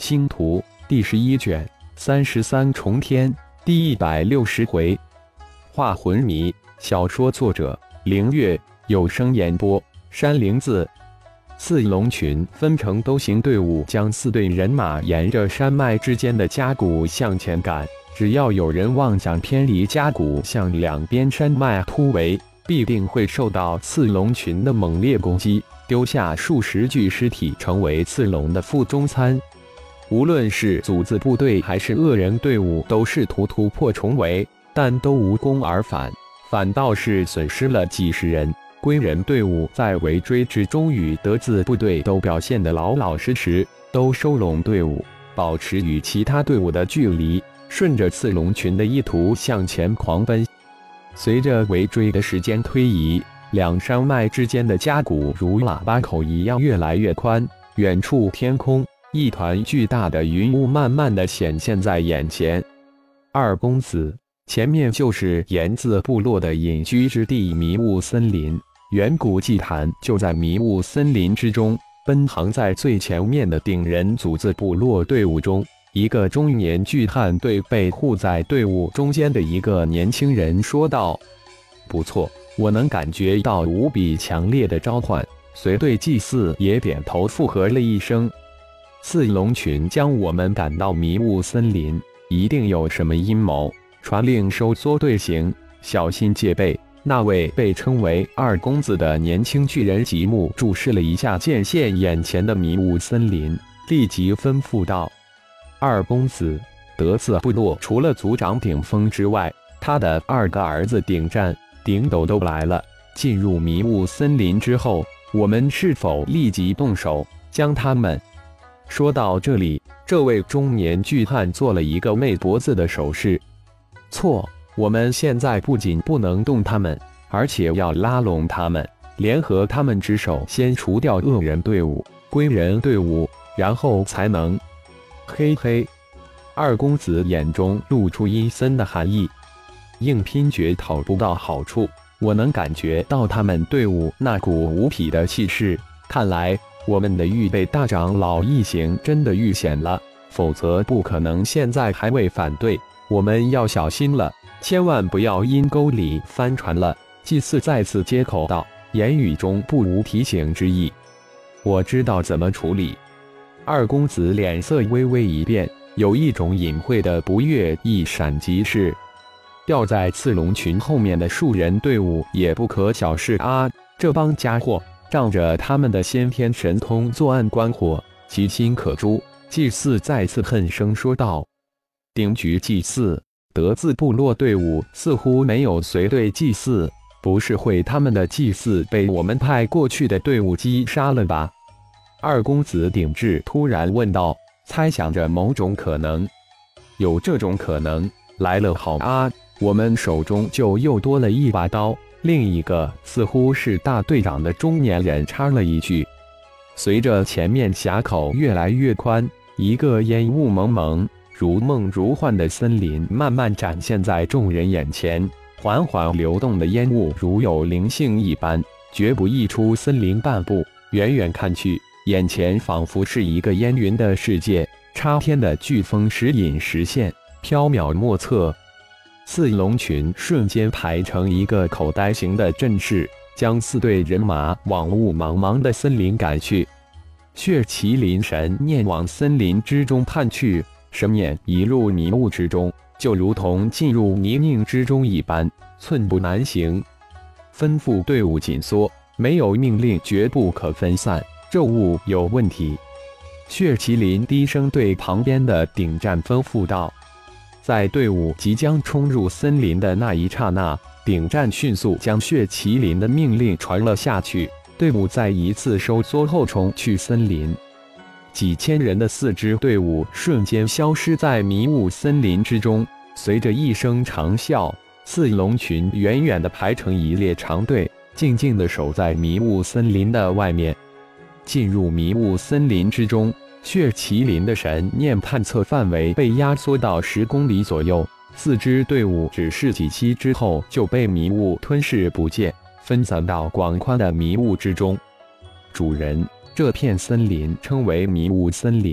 星图》第11卷33重天第160回。画魂迷，小说作者凌月，有声演播山灵子。四龙群分成兜形队伍，将4队人马沿着山脉之间的夹谷向前赶。只要有人妄想偏离夹谷，向两边山脉突围，必定会受到刺龙群的猛烈攻击，丢下数十具尸体，成为刺龙的腹中餐。无论是组字部队还是恶人队伍，都试图突破重围，但都无功而返，反倒是损失了几十人。归人队伍在围追之中与德字部队都表现得老老实实，都收拢队伍，保持与其他队伍的距离，顺着刺龙群的意图向前狂奔。随着围追的时间推移，两山脉之间的夹谷如喇叭口一样越来越宽，远处天空一团巨大的云雾慢慢地显现在眼前。二公子，前面就是炎字部落的隐居之地迷雾森林，远古祭坛就在迷雾森林之中。奔航在最前面的顶人组字部落队伍中，一个中年巨汉对被护在队伍中间的一个年轻人说道：“不错，我能感觉到无比强烈的召唤。”随队祭祀也点头附和了一声。刺龙群将我们赶到迷雾森林，一定有什么阴谋，传令收缩队形，小心戒备。那位被称为二公子的年轻巨人极目注视了一下渐现眼前的迷雾森林，立即吩咐道：“二公子，德字部落除了族长顶峰之外，他的2个儿子顶战、顶斗都来了。进入迷雾森林之后，我们是否立即动手将他们？”说到这里，这位中年巨汉做了一个媚脖子的手势。错，我们现在不仅不能动他们，而且要拉拢他们，联合他们之手，先除掉恶人队伍、归人队伍，然后才能……嘿嘿，二公子眼中露出阴森的寒意。硬拼决讨不到好处，我能感觉到他们队伍那股无匹的气势，看来我们的预备大长老一行真的遇险了，否则不可能现在还未反对。我们要小心了，千万不要阴沟里翻船了。祭祀再次接口道，言语中不无提醒之意。我知道怎么处理。二公子脸色微微一变，有一种隐晦的不悦一闪即逝。掉在刺龙群后面的数人队伍也不可小视啊，这帮家伙仗着他们的先天神通作案关火，其心可诛。祭祀再次恨声说道。顶局祭祀，德字部落队伍似乎没有随队祭祀，不是会他们的祭祀被我们派过去的队伍击杀了吧？二公子顶志突然问道，猜想着某种可能。有这种可能，来了好啊，我们手中就又多了一把刀。另一个似乎是大队长的中年人插了一句。随着前面峡口越来越宽，一个烟雾蒙蒙、如梦如幻的森林慢慢展现在众人眼前。缓缓流动的烟雾如有灵性一般，绝不溢出森林半步。远远看去，眼前仿佛是一个烟云的世界，插天的飓风时隐时现，缥缈莫测。刺龙群瞬间排成一个口袋形的阵势，将4队人马往雾茫茫的森林赶去。血麒麟神念往森林之中探去，神念一入迷雾之中，就如同进入泥泞之中一般，寸步难行。吩咐队伍紧缩，没有命令绝不可分散，这雾有问题。血麒麟低声对旁边的顶战吩咐道。在队伍即将冲入森林的那一刹那，顶战迅速将血麒麟的命令传了下去，队伍再一次收缩后冲去森林。几千人的4支队伍瞬间消失在迷雾森林之中。随着一声长啸，刺龙群远远地排成一列长队，静静地守在迷雾森林的外面。进入迷雾森林之中，血麒麟的神念探测范围被压缩到10公里左右，4支队伍只是几息之后就被迷雾吞噬不见，分散到广宽的迷雾之中。主人，这片森林称为迷雾森林，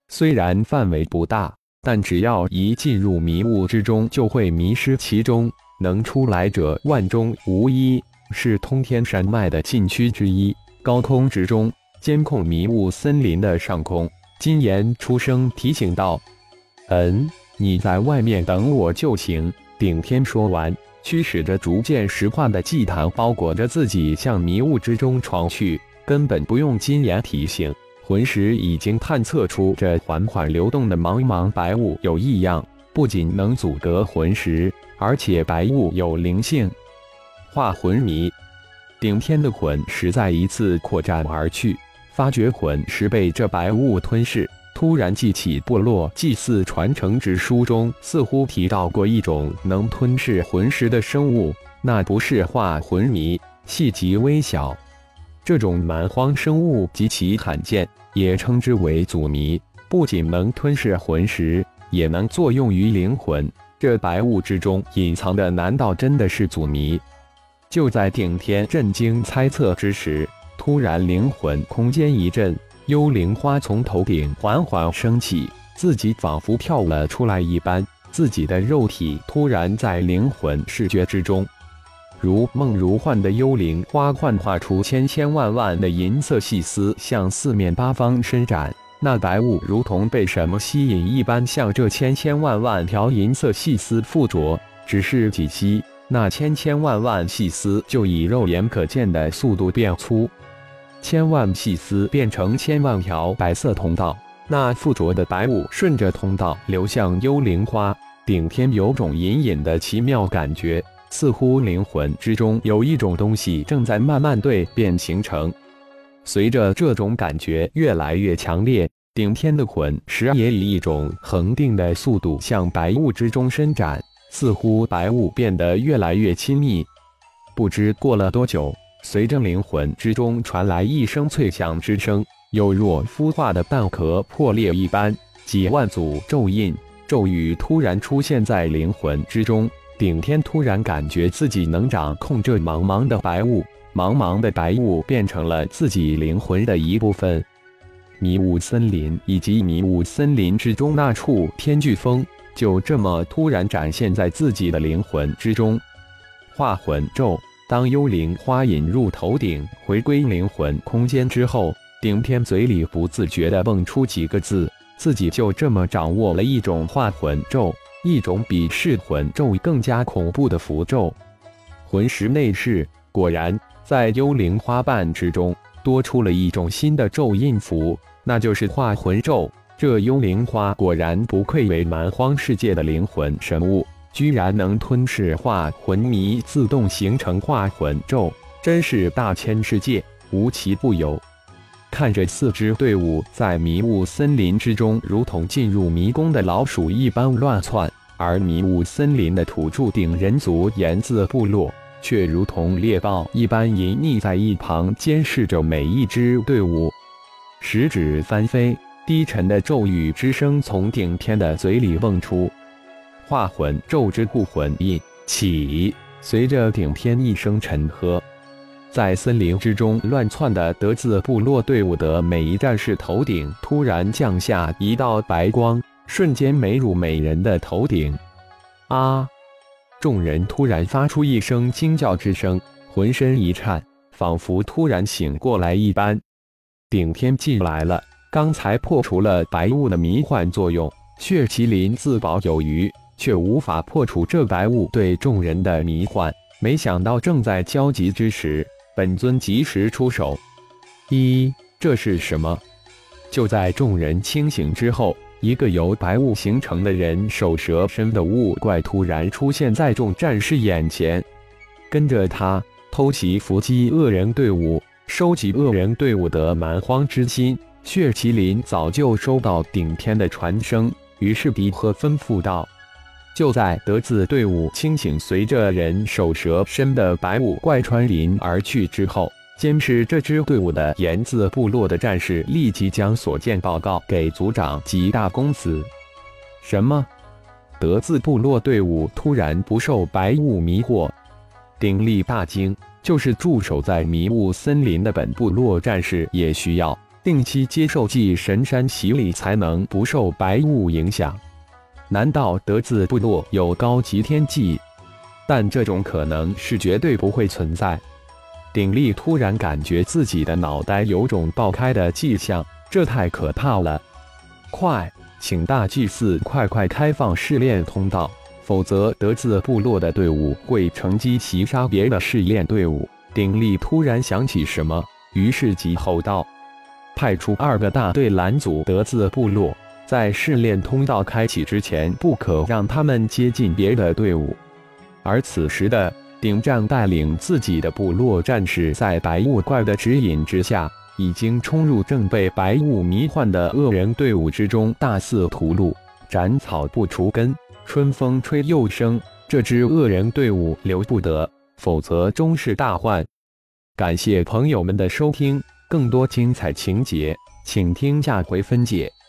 虽然范围不大，但只要一进入迷雾之中，就会迷失其中，能出来者万中无一，是通天山脉的禁区之一。高空之中，监控迷雾森林的上空，金岩出声提醒道：“你在外面等我就行。”顶天说完，驱使着逐渐石化的祭坛包裹着自己向迷雾之中闯去，根本不用金岩提醒，魂石已经探测出这缓缓流动的茫茫白雾有异样，不仅能阻隔魂石，而且白雾有灵性。化魂迷，顶天的魂石再一次扩展而去，发觉魂石被这白雾吞噬。突然记起部落祭祀传承之书中似乎提到过一种能吞噬魂石的生物，那不是化魂迷，细极微小。这种蛮荒生物极其罕见，也称之为祖迷，不仅能吞噬魂石，也能作用于灵魂。这白雾之中隐藏的难道真的是祖迷？就在顶天震惊猜测之时，突然灵魂空间一震，幽灵花从头顶缓缓升起，自己仿佛跳了出来一般，自己的肉体突然在灵魂视觉之中，如梦如幻的幽灵花幻化出千千万万的银色细丝，向四面八方伸展。那白雾如同被什么吸引一般，向这千千万万条银色细丝附着，只是几息，那千千万万细丝就以肉眼可见的速度变粗。千万细丝变成千万条白色通道，那附着的白雾顺着通道流向幽灵花。顶天有种隐隐的奇妙感觉，似乎灵魂之中有一种东西正在慢慢蜕变形成。随着这种感觉越来越强烈，顶天的魂石也以一种恒定的速度向白雾之中伸展，似乎白雾变得越来越亲密。不知过了多久，随着灵魂之中传来一声脆响之声，有若孵化的蛋壳破裂一般，几万组咒印、咒语突然出现在灵魂之中。顶天突然感觉自己能掌控这茫茫的白雾，茫茫的白雾变成了自己灵魂的一部分。迷雾森林以及迷雾森林之中那处天巨峰，就这么突然展现在自己的灵魂之中。化魂咒。当幽灵花引入头顶，回归灵魂空间之后，顶天嘴里不自觉地蹦出几个字，自己就这么掌握了一种化魂咒，一种比噬魂咒更加恐怖的符咒。魂石内饰，果然在幽灵花瓣之中多出了一种新的咒印符，那就是化魂咒。这幽灵花果然不愧为蛮荒世界的灵魂神物，居然能吞噬化魂迷，自动形成化魂咒，真是大千世界，无奇不有。看着四支队伍在迷雾森林之中如同进入迷宫的老鼠一般乱窜，而迷雾森林的土著顶人族岩字部落却如同猎豹一般隐匿在一旁，监视着每一支队伍。食指翻飞，低沉的咒语之声从顶天的嘴里蹦出。化魂咒之固魂印起，随着顶天一声沉喝，在森林之中乱窜的德字部落队伍的每一战士头顶突然降下一道白光，瞬间没入每人的头顶。啊！众人突然发出一声惊叫之声，浑身一颤，仿佛突然醒过来一般。顶天进来了，刚才破除了白雾的迷幻作用，血麒麟自保有余，却无法破除这白雾对众人的迷幻。没想到正在焦急之时，本尊及时出手。这是什么？就在众人清醒之后，一个由白雾形成的人手蛇身的雾怪突然出现在众战士眼前，跟着他偷袭伏击恶人队伍，收集恶人队伍的蛮荒之心。血麒麟早就收到顶天的传声，于是迪赫吩咐道：就在德字队伍清醒，随着人手蛇身的白雾怪穿林而去之后，监视这支队伍的岩字部落的战士立即将所见报告给族长及大公子。什么？德字部落队伍突然不受白雾迷惑？鼎力大惊，就是驻守在迷雾森林的本部落战士也需要定期接受祭神山洗礼，才能不受白雾影响。难道德字部落有高级天技？但这种可能是绝对不会存在。鼎力突然感觉自己的脑袋有种爆开的迹象，这太可怕了！快，请大祭司快开放试炼通道，否则德字部落的队伍会乘机袭杀别的试炼队伍。鼎力突然想起什么，于是急吼道：“派出2个大队拦阻德字部落，在试炼通道开启之前，不可让他们接近别的队伍。”而此时的鼎战带领自己的部落战士，在白雾怪的指引之下，已经冲入正被白雾迷幻的恶人队伍之中，大肆屠戮，斩草不除根，春风吹又生。这支恶人队伍留不得，否则终是大患。感谢朋友们的收听，更多精彩情节，请听下回分解。